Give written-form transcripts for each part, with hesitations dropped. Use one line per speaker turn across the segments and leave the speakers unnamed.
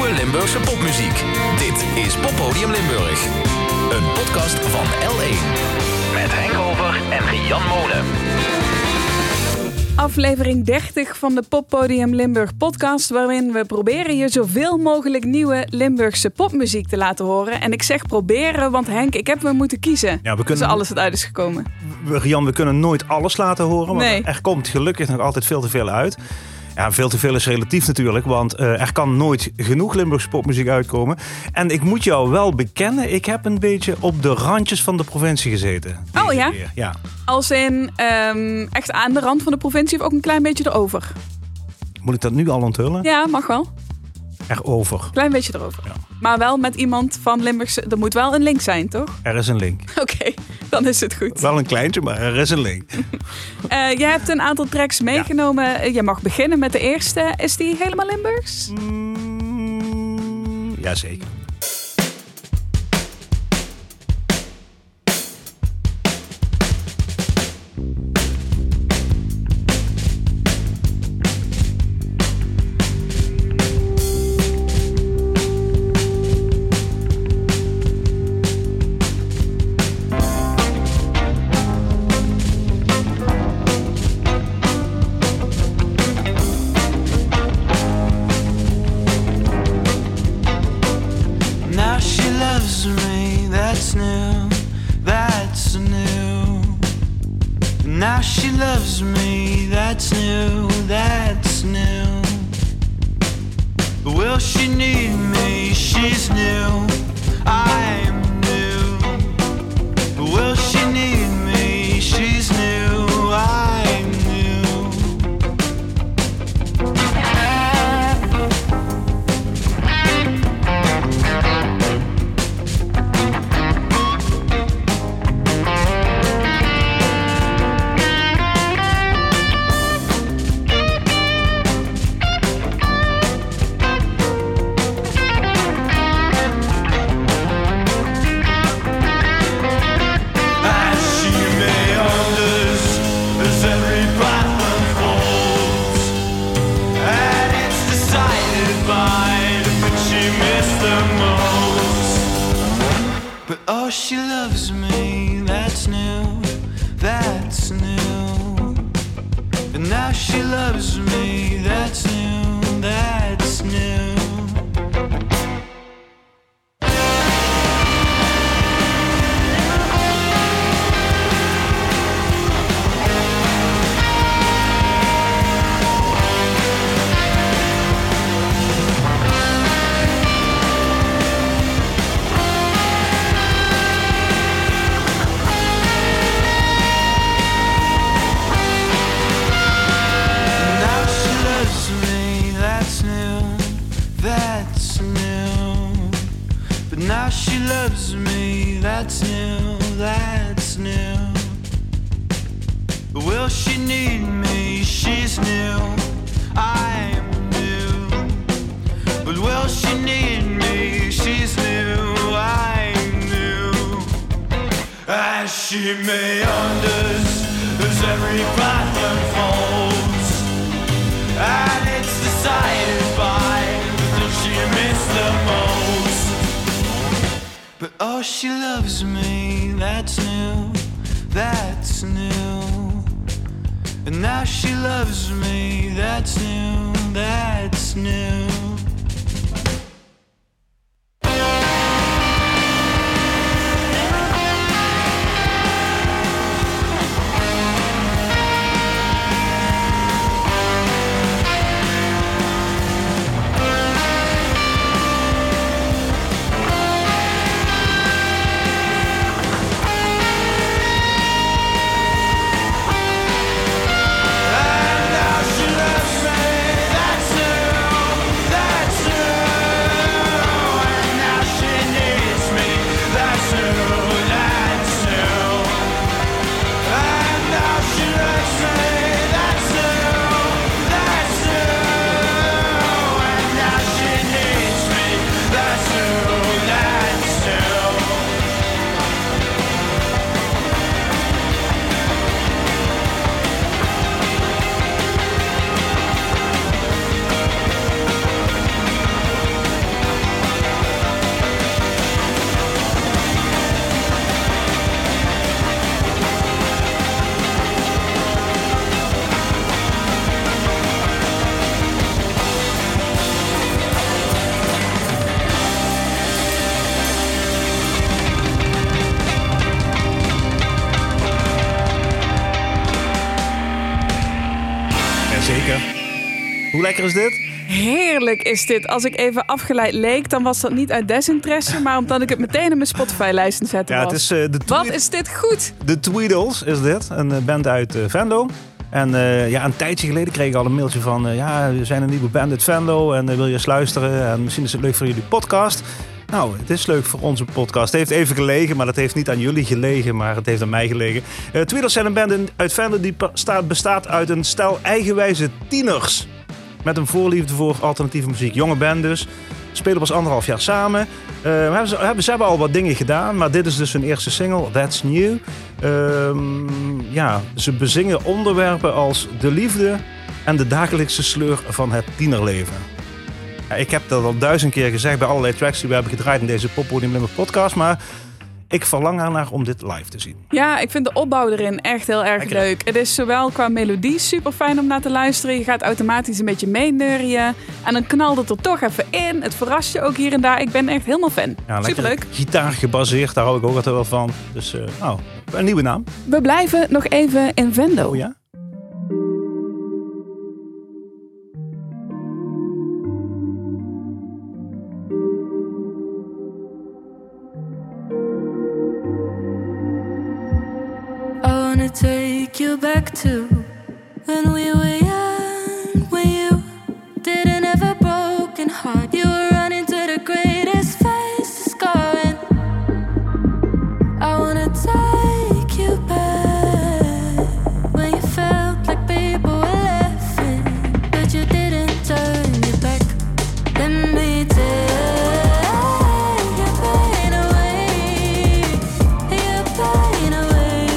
nieuwe Limburgse popmuziek. Dit is Poppodium Limburg. Een podcast van L1. Met Henk Over en Jan Molen.
Aflevering 30 van de Poppodium Limburg podcast, waarin we proberen je zoveel mogelijk nieuwe Limburgse popmuziek te laten horen. En ik zeg proberen, want Henk, ik heb me moeten kiezen.
Ja,
Dus alles wat uit is gekomen.
Jan, we kunnen nooit alles laten horen, maar
Nee.
er komt gelukkig nog altijd veel te veel uit. Ja, veel te veel is relatief natuurlijk, want er kan nooit genoeg Limburgse popmuziek uitkomen. En ik moet jou wel bekennen, ik heb een beetje op de randjes van de provincie gezeten.
Oh ja?
Keer. Ja.
Als in echt aan de rand van de provincie of ook een klein beetje erover?
Moet ik dat nu al onthullen?
Ja, mag wel.
Erover.
Klein beetje erover.
Ja.
Maar wel met iemand van Limburgse... Er moet wel een link zijn, toch?
Er is een link.
Oké, dan is het goed.
Wel een kleintje, maar er is een link.
Jij hebt een aantal tracks meegenomen. Je mag beginnen met de eerste. Is die helemaal Limburgs?
Jazeker.
Now she loves me, that's new, that's new. Now she loves me, that's new, that's new. Will she need me? She's new, I'm new. Will she need me? She's new, I'm new. As she meanders, as every path unfolds, and it's decided by the thing she missed the most. But oh, she loves me, that's new, that's new. And now she loves me, that's new, that's new. Now she loves me, that's new, that's new. But now she loves me, that's new, that's new. But will she need me? She's new, I'm new. But will she need me? She's new, I'm new. As she meanders, as every path unfolds, and it's decided by the thing she missed the most. But oh, she loves me, that's new, that's new. And now she loves me, that's new, that's new. And now she loves me, that's new,
Hoe lekker is dit?
Heerlijk is dit. Als ik even afgeleid leek, dan was dat niet uit desinteresse, maar omdat ik het meteen in mijn Spotify-lijst aan het zetten was.
Het is
Wat is dit goed?
De Tweedles is dit. Een band uit Venlo. En een tijdje geleden kreeg ik al een mailtje van... we zijn een nieuwe band uit Venlo en wil je eens luisteren? En misschien is het leuk voor jullie podcast. Nou, het is leuk voor onze podcast. Het heeft even gelegen, maar dat heeft niet aan jullie gelegen, maar het heeft aan mij gelegen. Tweedles zijn een band uit Venlo die bestaat uit een stel eigenwijze tieners. Met een voorliefde voor alternatieve muziek. Jonge band dus. Spelen pas 1,5 jaar samen. Ze hebben al wat dingen gedaan, maar dit is dus hun eerste single, That's New. Ze bezingen onderwerpen als de liefde en de dagelijkse sleur van het tienerleven. Ja, ik heb dat al 1000 keer gezegd bij allerlei tracks die we hebben gedraaid in deze Poppodium Limburg podcast, maar ik verlang ernaar om dit live te zien. Ja,
ik vind de opbouw erin echt heel erg leuk. Het is zowel qua melodie super fijn om naar te luisteren. Je gaat automatisch een beetje meeneurien. En dan knalt het er toch even in. Het verrast je ook hier en daar. Ik ben echt helemaal fan. Ja, superleuk.
Gitaar gebaseerd, daar hou ik ook altijd wel van. Dus een nieuwe naam.
We blijven nog even in Venlo.
Oh ja?
Take you back to when we were young, when you didn't have a broken heart. You were running to the greatest fastest going. I wanna take you back when you felt like people were laughing, but you didn't turn your back. Let me take your pain away, your pain away.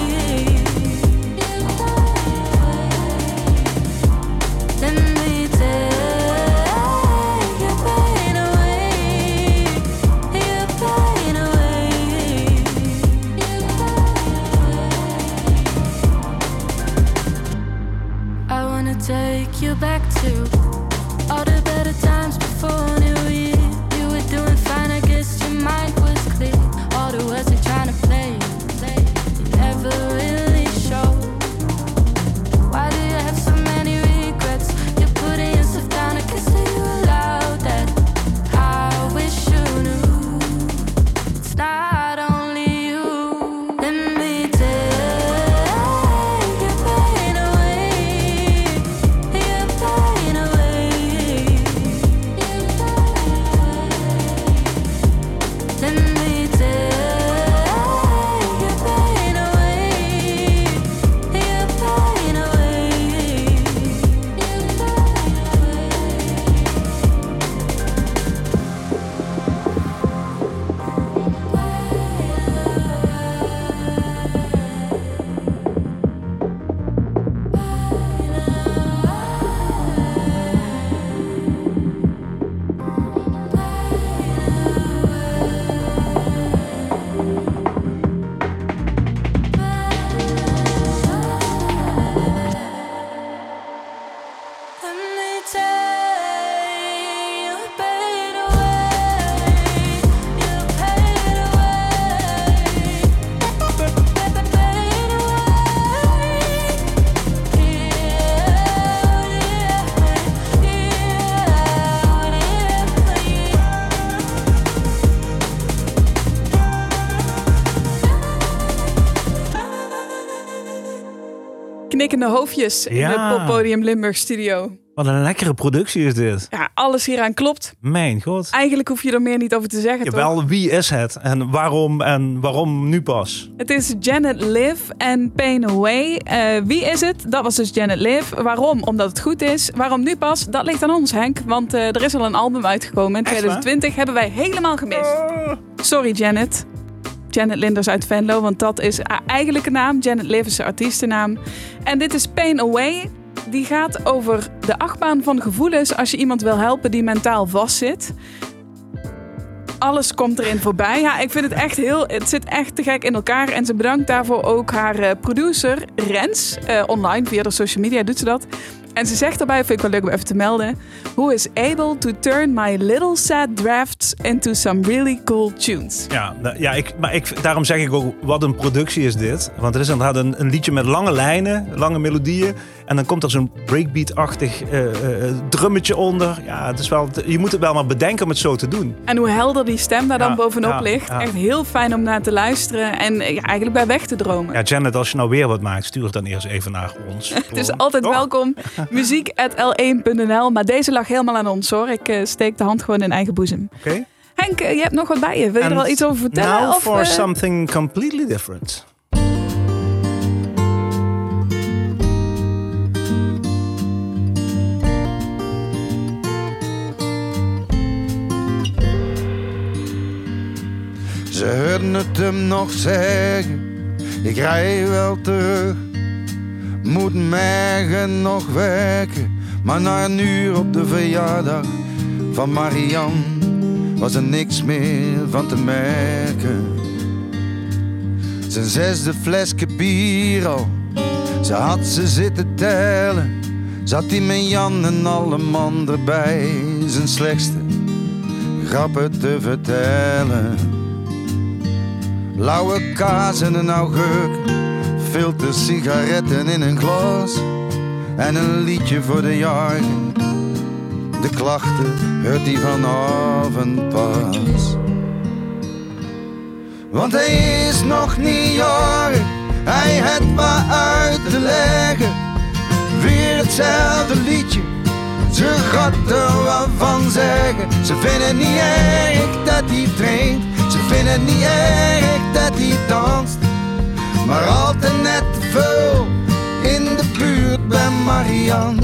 Take you back to all the better times before New Year. You were doing fine, I guess your mind was clear. All the words you're trying to play, you never really show. Why do you have so many regrets? You're putting yourself down, I can't say you aloud that I wish you knew it's not only you. Let me take your pain away, your pain away. Let me take your pain away, your pain away. Let me take your pain away, your pain away, pain
Knikkende hoofdjes in de Poppodium Limburg studio.
Wat een lekkere productie is dit.
Ja, alles hieraan klopt.
Mijn god.
Eigenlijk hoef je er meer niet over te zeggen, toch?
Wel, wie is het en waarom nu pas?
Het is Janet Liv en Pain Away. Wie is het? Dat was dus Janet Liv. Waarom? Omdat het goed is. Waarom nu pas? Dat ligt aan ons, Henk. Want er is al een album uitgekomen. In 2020 hebben wij helemaal gemist. Sorry, Janet. Janet Linders uit Venlo, want dat is haar eigenlijke naam. Janet Liv is haar artiestennaam. En dit is Pain Away. Die gaat over de achtbaan van gevoelens als je iemand wil helpen die mentaal vastzit. Alles komt erin voorbij. Ja, ik vind het echt het zit echt te gek in elkaar. En ze bedankt daarvoor ook haar producer Rens. Online, via de social media doet ze dat. En ze zegt daarbij, vind ik wel leuk om even te melden: who is able to turn my little sad drafts into some really cool tunes.
Daarom zeg ik ook, wat een productie is dit. Want het is inderdaad een liedje met lange lijnen, lange melodieën. En dan komt er zo'n breakbeat-achtig drummetje onder. Ja, het is wel, je moet het wel maar bedenken om het zo te doen.
En hoe helder die stem daar dan bovenop ligt. Ja. Echt heel fijn om naar te luisteren. En eigenlijk bij weg te dromen.
Ja, Janet, als je nou weer wat maakt, stuur het dan eerst even naar ons.
Het is altijd welkom. Muziek@l1.nl. Maar deze lag helemaal aan ons, hoor. Ik steek de hand gewoon in eigen boezem.
Oké.
Henk, je hebt nog wat bij je. Wil je er al iets over vertellen?
Now for something completely different.
Ze hoorden het hem nog zeggen, ik rij wel terug. Moet morgen nog werken, maar na een uur op de verjaardag van Marianne was er niks meer van te merken. Zijn 6e flesje bier al, ze had ze zitten tellen. Zat hij met Jan en alle man erbij, zijn slechtste grappen te vertellen. Lauwe kaas en een augurk, filter sigaretten in een glas en een liedje voor de jarigen. De klachten hoort hij vanavond pas. Want hij is nog niet jarig, hij heeft wat uit te leggen. Weer hetzelfde liedje, ze gaat er wat van zeggen. Ze vinden het niet erg dat hij traint, ze vinden het niet erg dat hij danst, maar altijd net te veel in de buurt bij Marianne.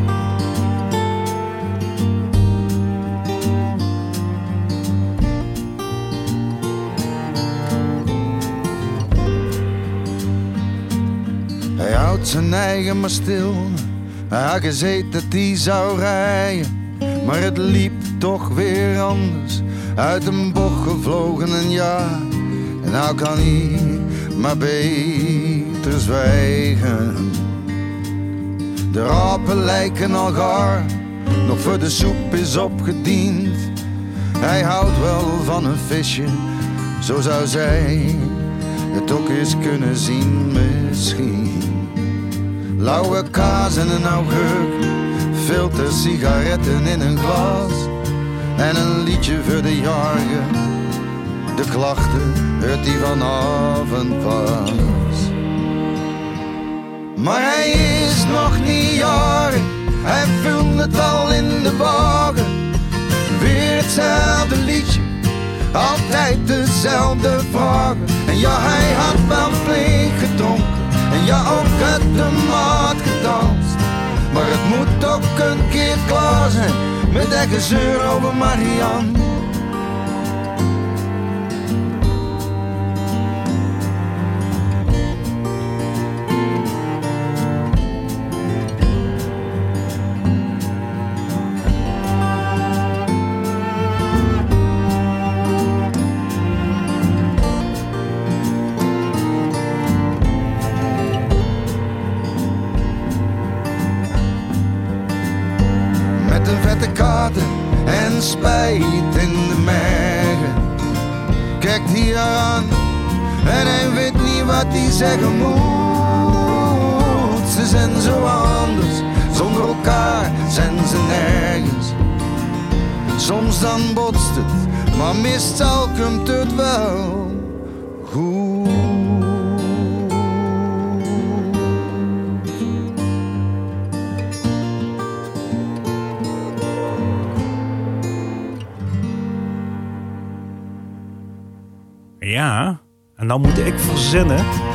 Hij houdt zijn eigen maar stil. Hij had gezegd dat hij zou rijden, maar het liep toch weer anders. Uit een bocht gevlogen en ja, en nou kan hij maar beter zwijgen. De rapen lijken al gaar, nog voor de soep is opgediend. Hij houdt wel van een visje, zo zou zij het ook eens kunnen zien misschien. Lauwe kaas en een augurk, filter sigaretten in een glas en een liedje voor de jarigen. De klachten hoort hij vanavond pas. Maar hij is nog niet jarig, hij voelt het al in de wagen. Weer hetzelfde liedje, altijd dezelfde vragen. En ja, hij had wel flink gedronken, en ja, ook uit de maat gedanst. Maar het moet ook een keer klaar zijn met dat gezeur over Marianne. En spijt in de mergen. Kijkt hier aan en hij weet niet wat hij zeggen moet. Ze zijn zo anders, zonder elkaar zijn ze nergens. Soms dan botst het, maar meestal komt het wel goed.
Ja, en dan moet ik verzinnen.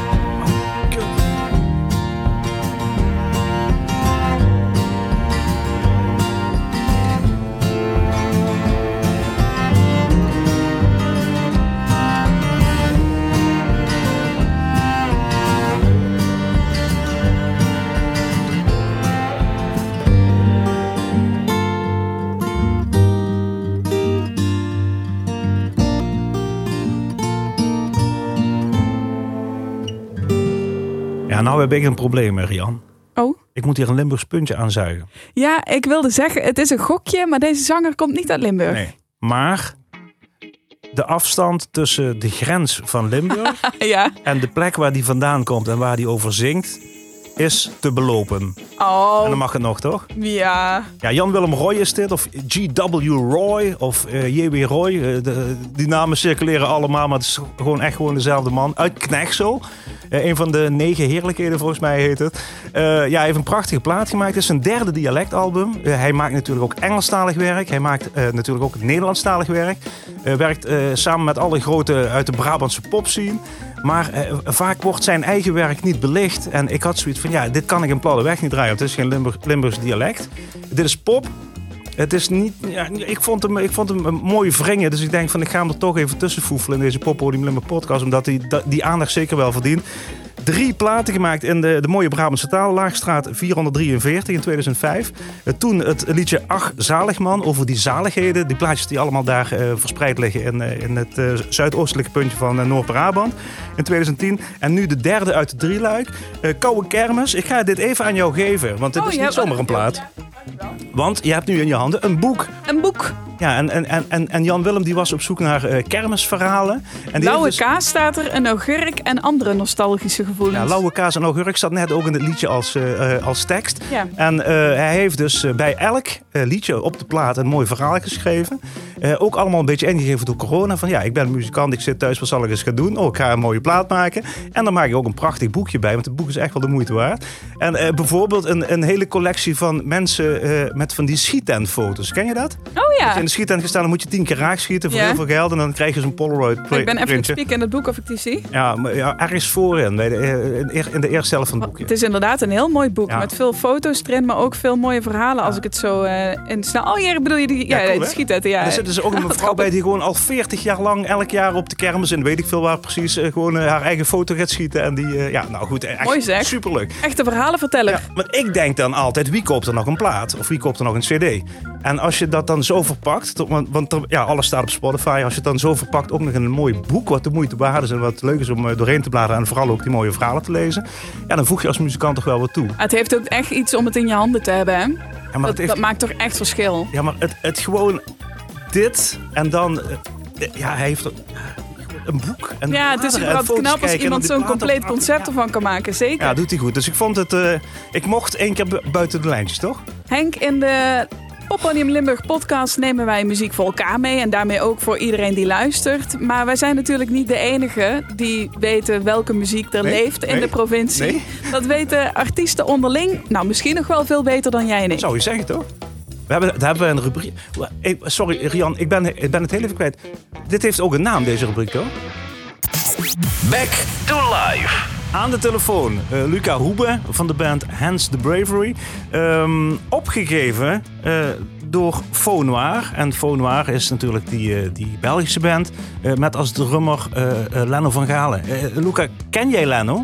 Ja, nou heb ik een probleem, Rian.
Oh?
Ik moet hier een Limburgs puntje aanzuigen.
Ja, ik wilde zeggen, het is een gokje, maar deze zanger komt niet uit Limburg.
Nee, maar de afstand tussen de grens van Limburg
ja.
en de plek waar die vandaan komt en waar die over zingt, is te belopen.
Oh.
En dan mag het nog, toch?
Ja.
Ja, Jan-Willem Roy is dit, of G.W. Roy, of J.W. Roy. Die namen circuleren allemaal, maar het is gewoon dezelfde man. Uit Knechtsel. Een van de 9 heerlijkheden, volgens mij heet het. Hij heeft een prachtige plaat gemaakt. Het is zijn 3e dialectalbum. Hij maakt natuurlijk ook Engelstalig werk. Hij maakt natuurlijk ook Nederlandstalig werk. Werkt samen met alle grote uit de Brabantse popscene. Maar vaak wordt zijn eigen werk niet belicht. En ik had zoiets van, dit kan ik in Pladdeweg niet draaien. Het is geen Limburgs dialect. Dit is pop. Het is niet... Ja, ik vond hem een mooie wringen. Dus ik denk van, ik ga hem er toch even tussen foefelen in deze Poppodium Limburg podcast. Omdat hij die aandacht zeker wel verdient. 3 platen gemaakt in de mooie Brabantse taal. Laagstraat 443 in 2005. Toen het liedje Ach, Zaligman, over die zaligheden. Die plaatjes die allemaal daar verspreid liggen in het zuidoostelijke puntje van Noord-Brabant. In 2010. En nu de 3e uit de 3-luik. Koude Kermis. Ik ga dit even aan jou geven. Want dit is niet zomaar een plaat. Want je hebt nu in je handen een boek.
Een boek.
Ja, en Jan Willem die was op zoek naar kermisverhalen. En die
Lauwe kaas staat er, een augurk en andere nostalgische gevoelens.
Ja, lauwe kaas en augurk zat net ook in het liedje als tekst.
Ja.
En hij heeft dus bij elk liedje op de plaat een mooi verhaal geschreven. Ook allemaal een beetje ingegeven door corona. Van ik ben muzikant, ik zit thuis, wat zal ik eens gaan doen? Ik ga een mooie plaat maken. En dan maak ik ook een prachtig boekje bij, want het boek is echt wel de moeite waard. En bijvoorbeeld een hele collectie van mensen met van die schietentfoto's. Ken je dat?
Oh ja.
Als je in de schietent gaat staan, dan moet je 10 keer raak schieten voor heel veel geld. En dan krijg je zo'n Polaroid printje.
Ik ben even aan het spieken in het boek of ik die zie.
Ja, ergens voorin, in de eerste helft van het boekje.
Het is inderdaad een heel mooi boek.
Ja.
Met veel foto's erin, maar ook veel mooie verhalen. Als ik het zo in snel... Oh ja, bedoel je die...
Cool,
de schietetten. Ja.
Er zit dus ook een mevrouw bij die gewoon al 40 jaar lang elk jaar op de kermis en weet ik veel waar precies gewoon haar eigen foto gaat schieten. En die, echt
mooi zeg.
Superleuk.
Echte verhalenverteller.
Ja, maar ik denk dan altijd, wie koopt er nog een plaat? Of wie koopt er nog een cd? En als je dat dan zo verpakt, want alles staat op Spotify. Als je het dan zo verpakt, ook nog in een mooi boek wat de moeite waard is en wat leuk is om doorheen te bladeren en vooral ook die mooie verhalen te lezen. Ja, dan voeg je als muzikant toch wel wat toe.
Het heeft ook echt iets om het in je handen te hebben, hè?
Ja, maar
Dat maakt toch echt verschil.
Ja, maar het gewoon dit en dan... hij heeft een boek. En
ja, het is überhaupt knap als iemand zo'n compleet concept ervan kan maken. Zeker.
Ja, doet hij goed. Dus ik vond het... ik mocht 1 keer buiten de lijntjes, toch?
Henk, in de Poppodium Limburg podcast nemen wij muziek voor elkaar mee. En daarmee ook voor iedereen die luistert. Maar wij zijn natuurlijk niet de enige die weten welke muziek er leeft in de provincie. Nee. Dat weten artiesten onderling. Nou, misschien nog wel veel beter dan jij en ik.
Dat zou je zeggen, toch? Daar hebben we een rubriek. Sorry, Rian, ik ben het heel even kwijt. Dit heeft ook een naam, deze rubriek, toch?
Back to Life.
Aan de telefoon, Luca Hoebe van de band Hence the Bravery. Opgegeven door Faux Noir. En Faux Noir is natuurlijk die Belgische band met als drummer Leno van Galen. Luca, ken jij Leno?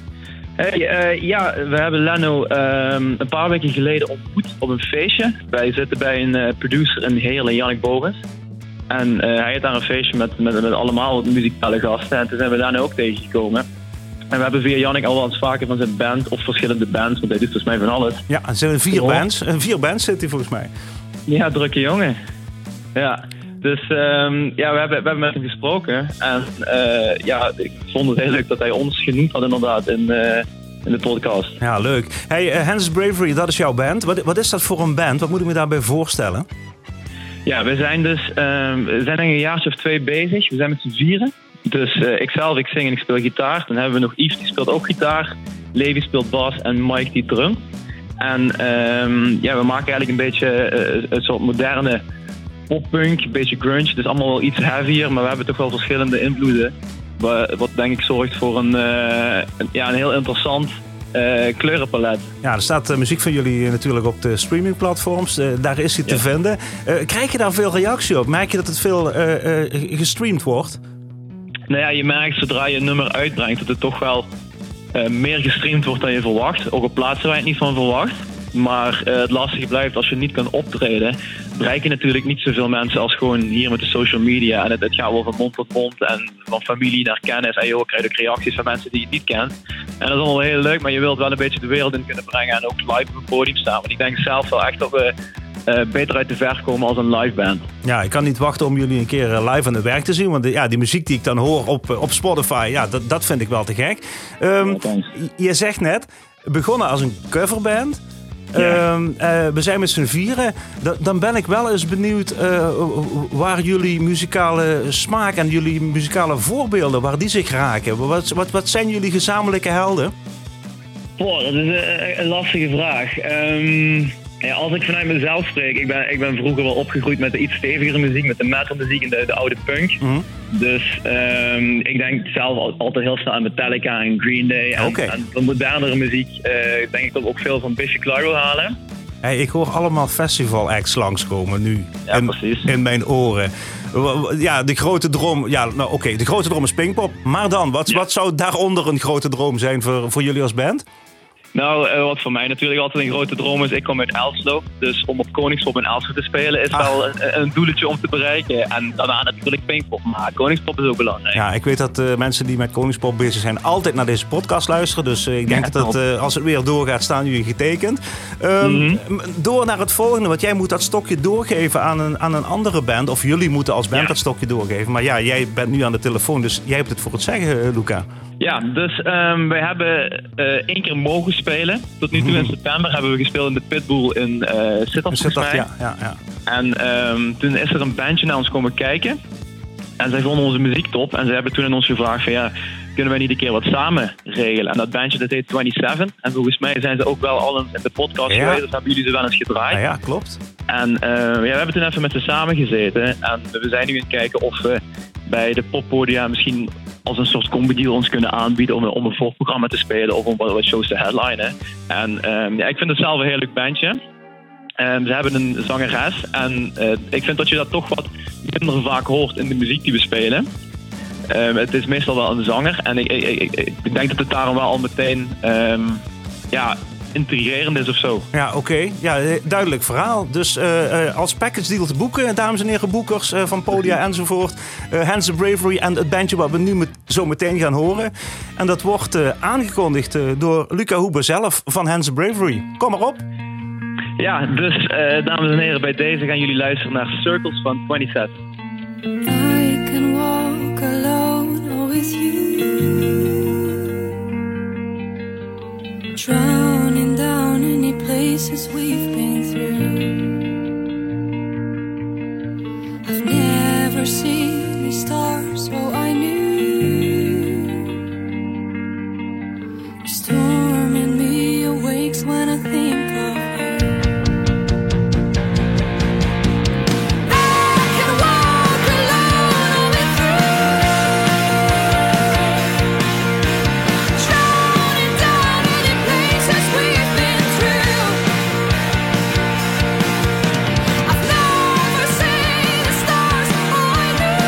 Ja, we hebben Leno een paar weken geleden ontmoet op een feestje. Wij zitten bij een producer in Heerlen, Jannik Bogens. En hij had daar een feestje met allemaal muzikale gasten. En toen zijn we Leno ook tegengekomen. En we hebben via Jannik al wel eens vaker van zijn band of verschillende bands, want hij doet volgens mij van alles.
Ja, er zijn 4 bands. 4 bands zit hij volgens mij.
Ja, drukke jongen. Ja. Dus we hebben met hem gesproken. En ik vond het heel leuk dat hij ons genoemd had inderdaad in de podcast.
Ja, leuk. Hey, Hence Bravery, dat is jouw band. Wat is dat voor een band? Wat moet ik me daarbij voorstellen?
Ja, we zijn denk een jaartje of 2 bezig. We zijn met z'n 4. Dus ik zing en ik speel gitaar. Dan hebben we nog Yves, die speelt ook gitaar. Levi speelt bas en Mike die drum. En we maken eigenlijk een beetje een soort moderne poppunk, een beetje grunge. Dus allemaal wel iets heavier, maar we hebben toch wel verschillende invloeden. Wat denk ik zorgt voor een heel interessant kleurenpalet.
Ja, er staat muziek van jullie natuurlijk op de streamingplatforms. Daar is hij te vinden. Krijg je daar veel reactie op? Merk je dat het veel gestreamd wordt?
Nou ja, je merkt zodra je een nummer uitbrengt dat het toch wel meer gestreamd wordt dan je verwacht. Ook op plaatsen waar je het niet van verwacht. Maar het lastige blijft, als je niet kan optreden, bereik je natuurlijk niet zoveel mensen als gewoon hier met de social media. En het gaat wel van mond tot mond en van familie naar kennis. En je ook krijgt ook reacties van mensen die je niet kent. En dat is allemaal heel leuk, maar je wilt wel een beetje de wereld in kunnen brengen en ook live op een podium staan. Want ik denk zelf wel echt dat we beter uit de verf komen als een live band.
Ja, ik kan niet wachten om jullie een keer live aan het werk te zien. Want die muziek die ik dan hoor op Spotify, dat vind ik wel te gek. Je zegt net, begonnen als een coverband. We zijn met z'n vieren. Dan ben ik wel eens benieuwd waar jullie muzikale smaak en jullie muzikale voorbeelden, waar die zich raken. Wat zijn jullie gezamenlijke helden?
Dat is een lastige vraag. Als ik vanuit mezelf spreek, ik ben vroeger wel opgegroeid met de iets stevigere muziek, met de metalmuziek en de oude punk. Mm-hmm. Dus ik denk zelf altijd heel snel aan Metallica en Green Day. En de modernere muziek denk ik dat we ook veel van Bishop Clyro halen.
Hey, ik hoor allemaal festival acts langskomen nu in mijn oren. Ja, de grote droom. Ja, nou oké, de grote droom is Pinkpop. Maar dan, wat zou daaronder een grote droom zijn voor jullie als band?
Nou, wat voor mij natuurlijk altijd een grote droom is, ik kom uit Elslo. Dus om op Koningspop in Elslo te spelen is wel een doeletje om te bereiken. En daarna natuurlijk Pinkpop, maar Koningspop is ook belangrijk. Ja,
ik weet dat mensen die met Koningspop bezig zijn altijd naar deze podcast luisteren. Dus ik denk dat als het weer doorgaat, staan jullie getekend. Door naar het volgende, want jij moet dat stokje doorgeven aan een andere band. Of jullie moeten als band dat stokje doorgeven. Maar ja, jij bent nu aan de telefoon, dus jij hebt het voor het zeggen, Luca.
Ja, dus wij hebben 1 keer mogen spelen. Tot nu toe in september hebben we gespeeld in de Pitbull in Sittard, volgens mij. Ja. En toen is er een bandje naar ons komen kijken. En zij vonden onze muziek top. En zij hebben toen aan ons gevraagd van kunnen wij niet een keer wat samen regelen? En dat bandje dat heet 27. En volgens mij zijn ze ook wel al in de podcast geweest. Dus hebben jullie ze wel eens gedraaid.
Ja, klopt.
En we hebben toen even met ze samen gezeten. En we zijn nu aan het kijken of we bij de poppodia misschien als een soort combi-deal ons kunnen aanbieden om een voorprogramma te spelen of om wat shows te headlinen. En ik vind het zelf een heel leuk bandje. Ze hebben een zangeres en ik vind dat je dat toch wat minder vaak hoort in de muziek die we spelen. Het is meestal wel een zanger en ik denk dat het daarom wel al meteen intrigerend is of zo.
Ja, oké. Ja, duidelijk verhaal. Dus als package deal te boeken, dames en heren boekers van Podia enzovoort. Hands of Bravery en het bandje wat we nu zo meteen gaan horen. En dat wordt aangekondigd door Luca Huber zelf van Hands of Bravery. Kom maar op.
Ja, dus dames en heren, bij deze gaan jullie luisteren naar Circles van 27.
I can walk alone or with you, drowning down any places we've been through. I've never seen the stars, so I knew the storm in me awakes when I think of you.
I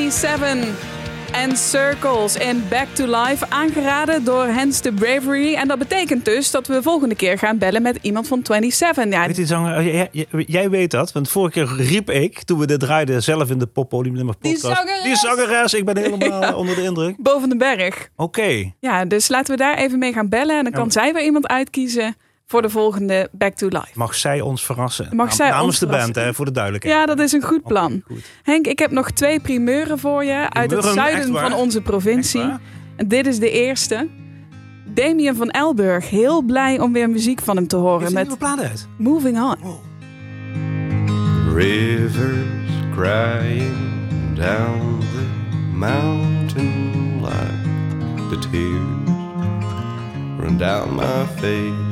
27 en Circles in Back to Life, aangeraden door Hence the Bravery. En dat betekent dus dat we volgende keer gaan bellen met iemand van 27. Ja.
Weet je, zanger, jij weet dat, want vorige keer riep ik, toen we dit draaiden zelf in de Poppodium Limburg podcast. Die zangeres, ik ben helemaal onder de indruk.
Boven de berg.
Oké.
Ja, dus laten we daar even mee gaan bellen. En dan kan zij weer iemand uitkiezen voor de volgende Back to Life.
Mag zij ons verrassen?
Namens
de band, hè, voor de duidelijkheid.
Ja, dat is een goed plan. Goed. Henk, ik heb nog 2 primeuren voor je uit het zuiden van onze provincie. En dit is de eerste. Damien van Elburg, heel blij om weer muziek van hem te horen. Met
uit?
Moving On.
Oh.
Rivers crying down the mountain like the tears run down my face.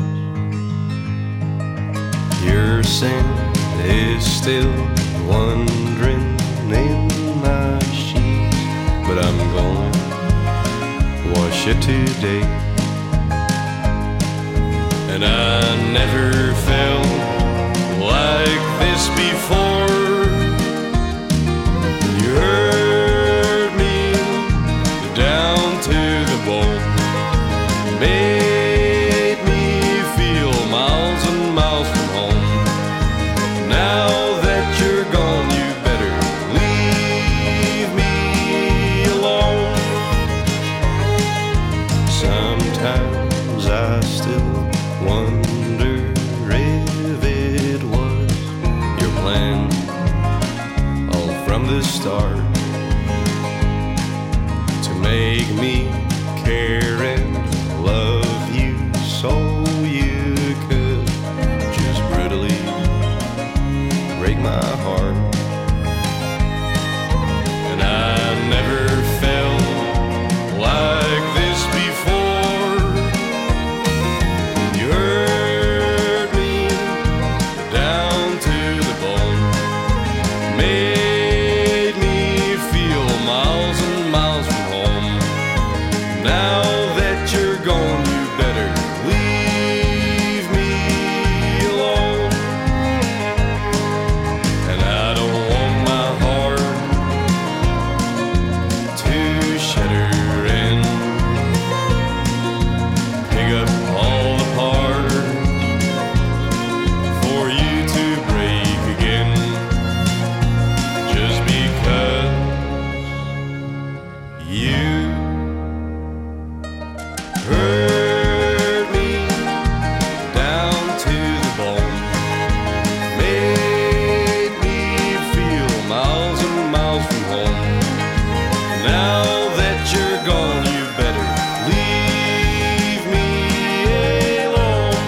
Your sin is still wandering in my sheets, but I'm going to wash it today. And I never felt like this before. You hurt me down to the bone, made me feel miles and miles from home. Now that you're gone, you better leave me alone. Sometimes I still wonder if it was your plan all from the start to make me care and love you so you could just brutally break my heart. And I never felt like this before. You hurt me down to the bone, made me feel miles and miles from home. Now that you're gone, you better leave me alone. And I don't want my heart to shatter and pick up all apart for you to break again, just because you hurt me down to the bone, made me feel miles and miles from home. Now that you're gone, you better leave me alone.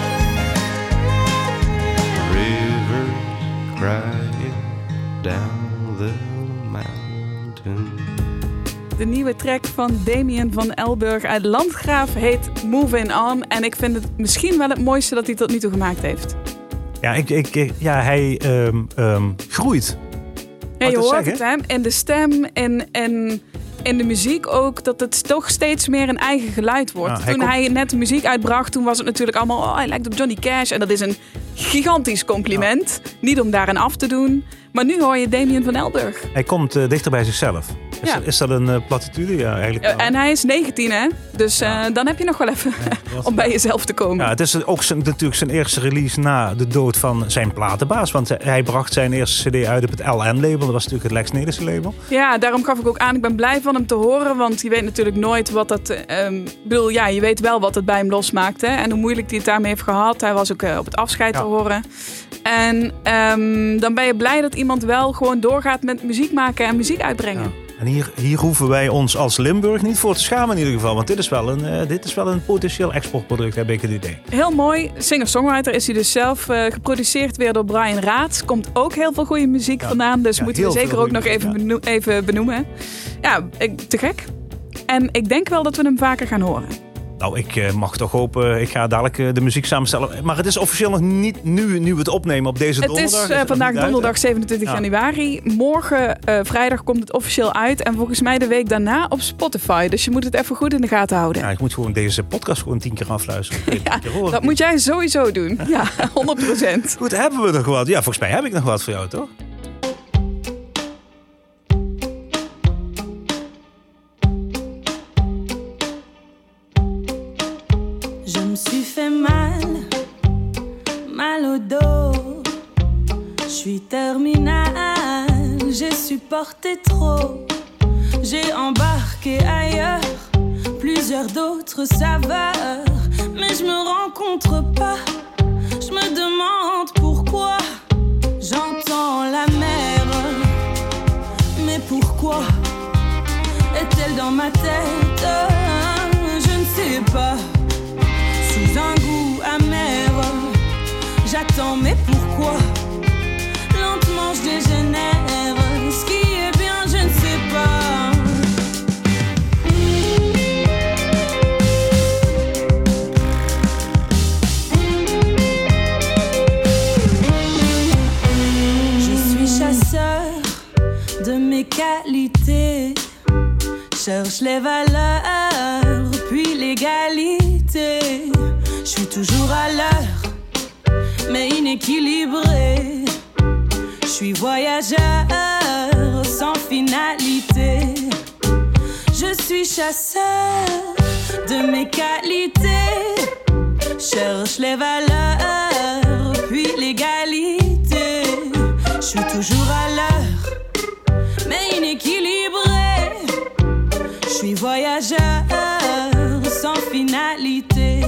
Rivers crying down the mountain.
De nieuwe track van Damien van Elburg uit Landgraaf heet Moving On. En ik vind het misschien wel het mooiste dat hij tot nu toe gemaakt heeft.
Ja, hij groeit.
Ja, je
Wat te
hoort
zeggen?
het hè? In de stem en in de muziek ook, dat het toch steeds meer een eigen geluid wordt.
Ja,
Toen hij net muziek uitbracht, toen was het natuurlijk allemaal, hij lijkt op Johnny Cash. En dat is een gigantisch compliment. Niet om daarin af te doen. Maar nu hoor je Damien van Elburg.
Hij komt dichter bij zichzelf. Is dat een platitude? Ja, eigenlijk wel.
En hij is 19 hè? Dus dan heb je nog wel even om bij jezelf te komen.
Ja, het is ook natuurlijk zijn eerste release na de dood van zijn platenbaas. Want hij bracht zijn eerste cd uit op het LN-label. Dat was natuurlijk het Lex Nederse label.
Ja, daarom gaf ik ook aan. Ik ben blij van hem te horen. Want je weet natuurlijk nooit wat dat... je weet wel wat het bij hem losmaakte. En hoe moeilijk hij het daarmee heeft gehad. Hij was ook op het afscheid te horen. En dan ben je blij dat iemand wel gewoon doorgaat met muziek maken en muziek uitbrengen.
Ja. En hier hoeven wij ons als Limburg niet voor te schamen in ieder geval. Want dit is wel een potentieel exportproduct, heb ik het idee.
Heel mooi. Singer-songwriter is hij dus zelf. Geproduceerd weer door Brian Raats. Komt ook heel veel goede muziek vandaan. Dus moeten we zeker ook nog even benoemen. Ja, te gek. En ik denk wel dat we hem vaker gaan horen.
Nou, ik mag toch hopen. Ik ga dadelijk de muziek samenstellen. Maar het is officieel nog niet nu we het opnemen op deze donderdag.
Het is vandaag donderdag 27 januari. Morgen vrijdag komt het officieel uit. En volgens mij de week daarna op Spotify. Dus je moet het even goed in de gaten houden.
Ja, ik moet gewoon deze podcast gewoon 10 keer afluisteren.
Dat moet jij sowieso doen. Ja, 100%.
Goed, hebben we nog wat? Ja, volgens mij heb ik nog wat voor jou, toch?
terminal, j'ai supporté trop. J'ai embarqué ailleurs plusieurs d'autres saveurs, mais je me rencontre pas. Je me demande pourquoi j'entends la mer. Mais pourquoi est-elle dans ma tête? Je ne sais pas. Sous un goût amer, j'attends, mais pourquoi? Lentement je dégénère. Ce qui est bien, je ne sais pas. Je suis chasseur de mes qualités. Cherche les valeurs, puis l'égalité. Je suis toujours à l'heure, mais inéquilibré. Je suis voyageur sans finalité. Je suis chasseur de mes qualités. Cherche les valeurs, puis l'égalité. Je suis toujours à l'heure, mais inéquilibré. Je suis voyageur sans finalité.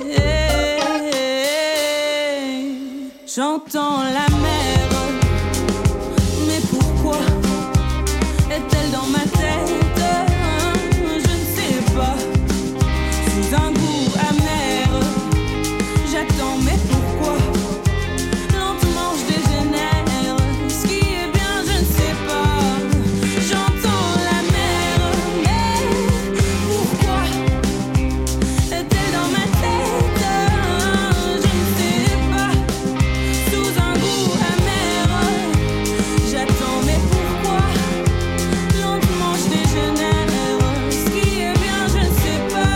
J'entends la mer, mais pourquoi est-elle dans ma tête? Je ne sais pas. Sous un goût amer, j'attends, mais pourquoi? Lentement je dégénère. Ce qui est bien, je ne sais pas. J'entends la mer, mais pourquoi est-elle dans ma tête? Je ne sais pas. Sous un goût amer, j'attends, mais pourquoi? Lentement je dégénère. Ce qui est bien, je ne sais pas.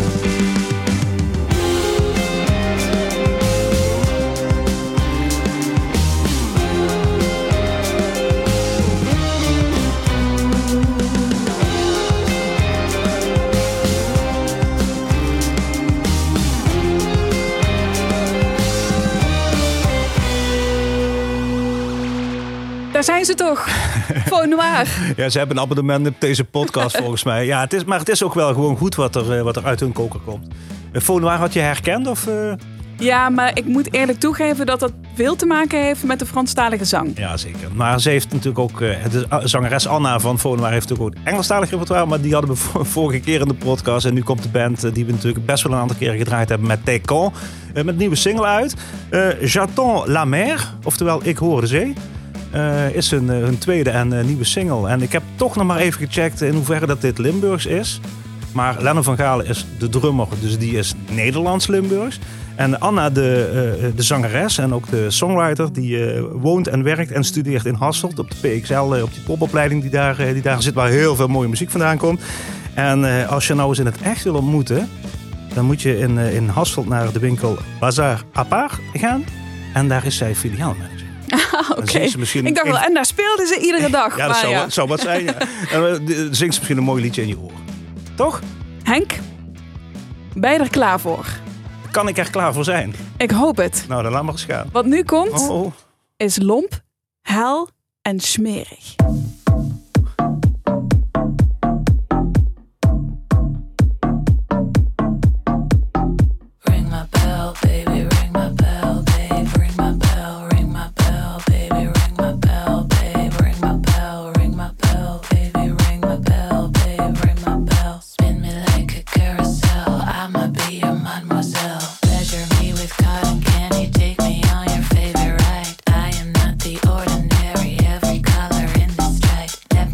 Daar zijn ze toch. Faux Noir.
Ja, ze hebben een abonnement op deze podcast volgens mij. Ja, het is ook wel gewoon goed wat er uit hun koker komt. Faux Noir had je herkend? Of,
Ja, maar ik moet eerlijk toegeven dat dat veel te maken heeft met de Franstalige zang.
Ja, zeker. Maar ze heeft natuurlijk ook... de zangeres Anna van Faux Noir heeft natuurlijk ook Engelstalig repertoire. Maar die hadden we vorige keer in de podcast. En nu komt de band die we natuurlijk best wel een aantal keren gedraaid hebben met Técan. Met een nieuwe single uit. J'attends la mer. Oftewel, ik hoor de zee. Is hun tweede en nieuwe single. En ik heb toch nog maar even gecheckt in hoeverre dat dit Limburgs is. Maar Lennon van Galen is de drummer, dus die is Nederlands-Limburgs. En Anna, de zangeres en ook de songwriter, die woont en werkt en studeert in Hasselt op de PXL, op die popopleiding die daar zit, waar heel veel mooie muziek vandaan komt. En als je nou eens in het echt wil ontmoeten, dan moet je in Hasselt naar de winkel Bazaar Apart gaan. En daar is zij filiaalmanager.
Oké. Ik dacht wel, en daar speelden ze iedere dag.
Ja, dat zou wat zijn. Ja. En dan zingt ze misschien een mooi liedje in je oor. Toch?
Henk, ben je er klaar voor?
Kan ik er klaar voor zijn?
Ik hoop het.
Nou, dan laat maar eens gaan.
Wat nu komt,
Oh.
is lomp, hel en smerig.
Ring my bell, baby, ring my bell, babe, ring my bell, ring my bell, baby, ring my bell, babe, ring my bell, ring my bell, baby, ring my bell, babe, ring my bell. Spin me like a carousel, I'ma be your mademoiselle. Pleasure me with cotton candy, take me on your favorite ride. I am not the ordinary, every color in the stripe.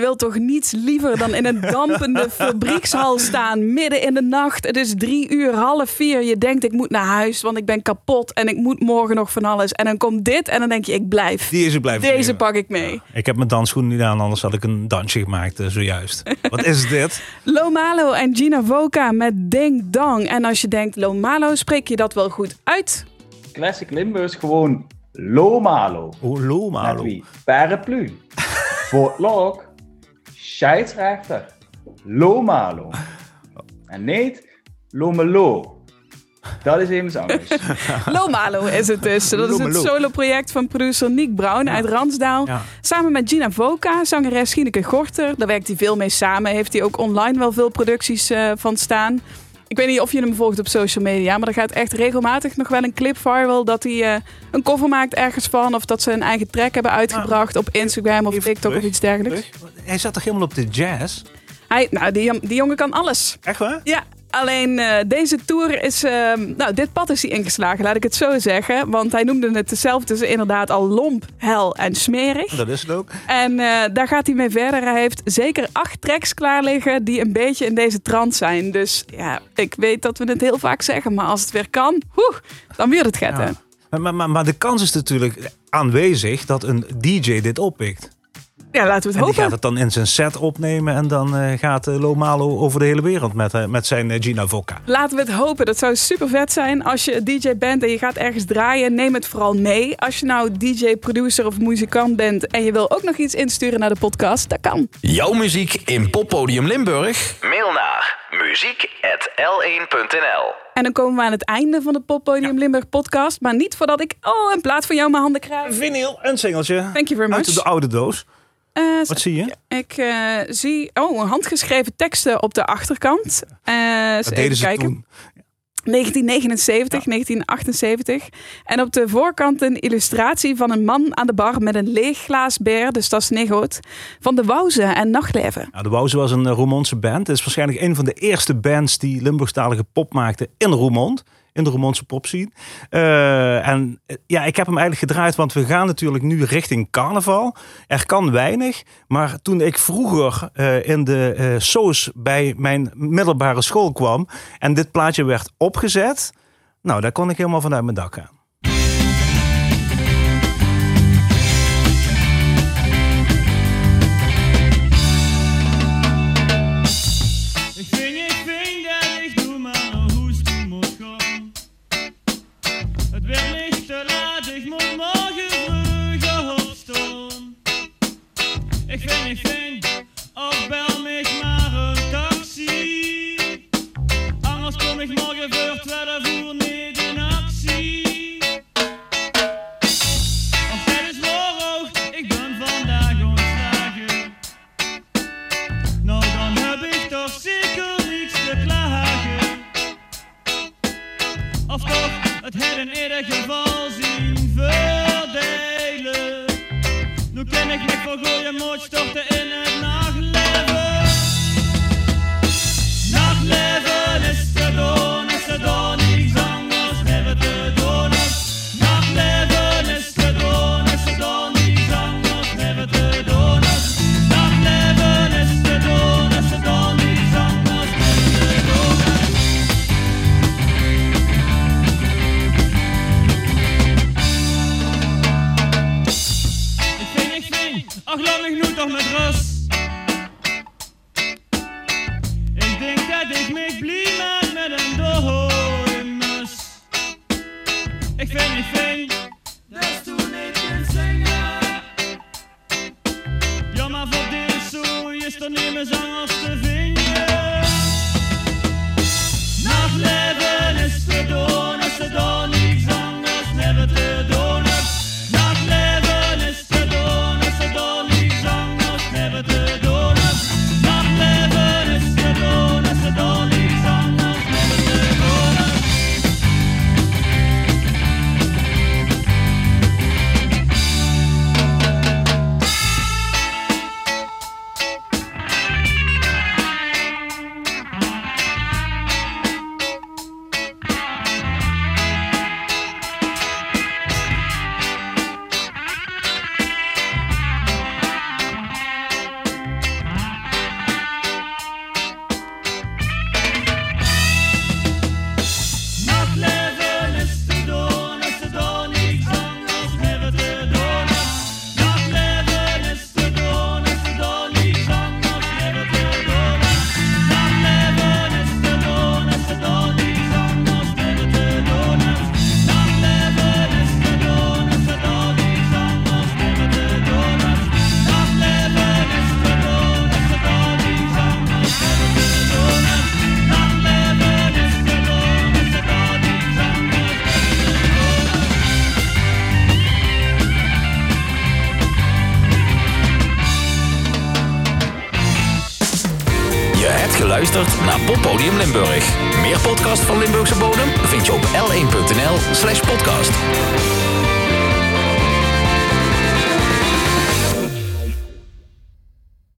wilt toch niets liever dan in een dampende fabriekshal staan, midden in de nacht. Het is 3:00, 3:30. Je denkt, ik moet naar huis, want ik ben kapot en ik moet morgen nog van alles. En dan komt dit en dan denk je, ik blijf. Deze pak ik mee.
Ja, ik heb mijn dansschoenen niet aan, anders had ik een dansje gemaakt zojuist. Wat is dit?
Lo Malo en Gina Voca met Ding Dong. En als je denkt, Lo Malo, spreek je dat wel goed uit?
Classic Limburgs gewoon Lo Malo.
Oh, Lo Malo.
Met wie? Paraplu. Voetblok. Scheidsrechter. Lo Malo. En niet Lo Malo. Dat is even anders.
Lo Malo is het dus. Dat is het soloproject van producer Niek Brown uit Ransdaal. Ja. Samen met Gina Voca, zangeres Gineke Gorter. Daar werkt hij veel mee samen. Heeft hij ook online wel veel producties van staan. Ik weet niet of je hem volgt op social media, maar er gaat echt regelmatig nog wel een clip viral dat hij een cover maakt ergens van. Of dat ze een eigen track hebben uitgebracht op Instagram of TikTok of iets dergelijks.
Hij zat toch helemaal op de jazz?
Die jongen kan alles.
Echt waar?
Ja. Alleen deze tour is... dit pad is hij ingeslagen, laat ik het zo zeggen. Want hij noemde het zelf dus inderdaad al lomp, hel en smerig.
Dat is het ook.
En daar gaat hij mee verder. Hij heeft zeker 8 tracks klaar liggen die een beetje in deze trant zijn. Dus ja, ik weet dat we het heel vaak zeggen. Maar als het weer kan, dan weer het getten.
Ja. Maar de kans is natuurlijk aanwezig dat een DJ dit oppikt.
Ja, laten we het hopen.
Die gaat het dan in zijn set opnemen en dan gaat Lo Malo over de hele wereld met zijn Gina Voca.
Laten we het hopen. Dat zou super vet zijn. Als je DJ bent en je gaat ergens draaien, neem het vooral mee. Als je nou DJ, producer of muzikant bent en je wil ook nog iets insturen naar de podcast, dat kan.
Jouw muziek in Poppodium Limburg? Mail naar muziek@l1.nl.
En dan komen we aan het einde van de Poppodium Limburg podcast. Maar niet voordat ik een plaat van jou in mijn handen krijg.
Vinyl, een singeltje.
Thank you very much.
Uit de oude doos. Wat zie je?
Ik zie handgeschreven teksten op de achterkant.
Wat deden ze toen?
1979, 1978. En op de voorkant een illustratie van een man aan de bar met een leeg glaas bier, dus dat is niet goed, van de Wouze en Nachtleven.
Nou, de Wouze was een Roermondse band. Het is waarschijnlijk een van de eerste bands die Limburgstalige pop maakte in Roermond. In de Roermondse popscene. Ik heb hem eigenlijk gedraaid, want we gaan natuurlijk nu richting carnaval. Er kan weinig, maar toen ik vroeger in de Soos bij mijn middelbare school kwam en dit plaatje werd opgezet, nou, daar kon ik helemaal vanuit mijn dak gaan.
Ik vind, of bel me maar een taxi. Anders kom ik morgen voor 12 uur niet in actie. Want het is morgen, ik ben vandaag ontslagen. Nou dan heb ik toch zeker niets te klagen. Of toch, het had in ieder geval zien verdelen. Nu ken ik me voor gooien mooi storten in het nachtleven. Nachtleven is te doen, niks anders hebben te doen. Nachtleven is te doen, niks anders hebben te doen. Nachtleven is te doen, niks anders hebben te doen. Ach, laat me nu toch met rust. Ik denk dat ik me blij maak met een dode mus. Ik vind, dat is toen ik kan zingen. Ja, maar voor dit zo is er niet meer zangers te vinden. Nachtleven is te doen, niks anders hebben te doen. Nachtleven is te doen, niks anders hebben te doen. Nachtleven is te doen, niks anders hebben te doen.
geluisterd naar Poppodium Limburg. Meer podcast van Limburgse bodem vind je op l1.nl/podcast.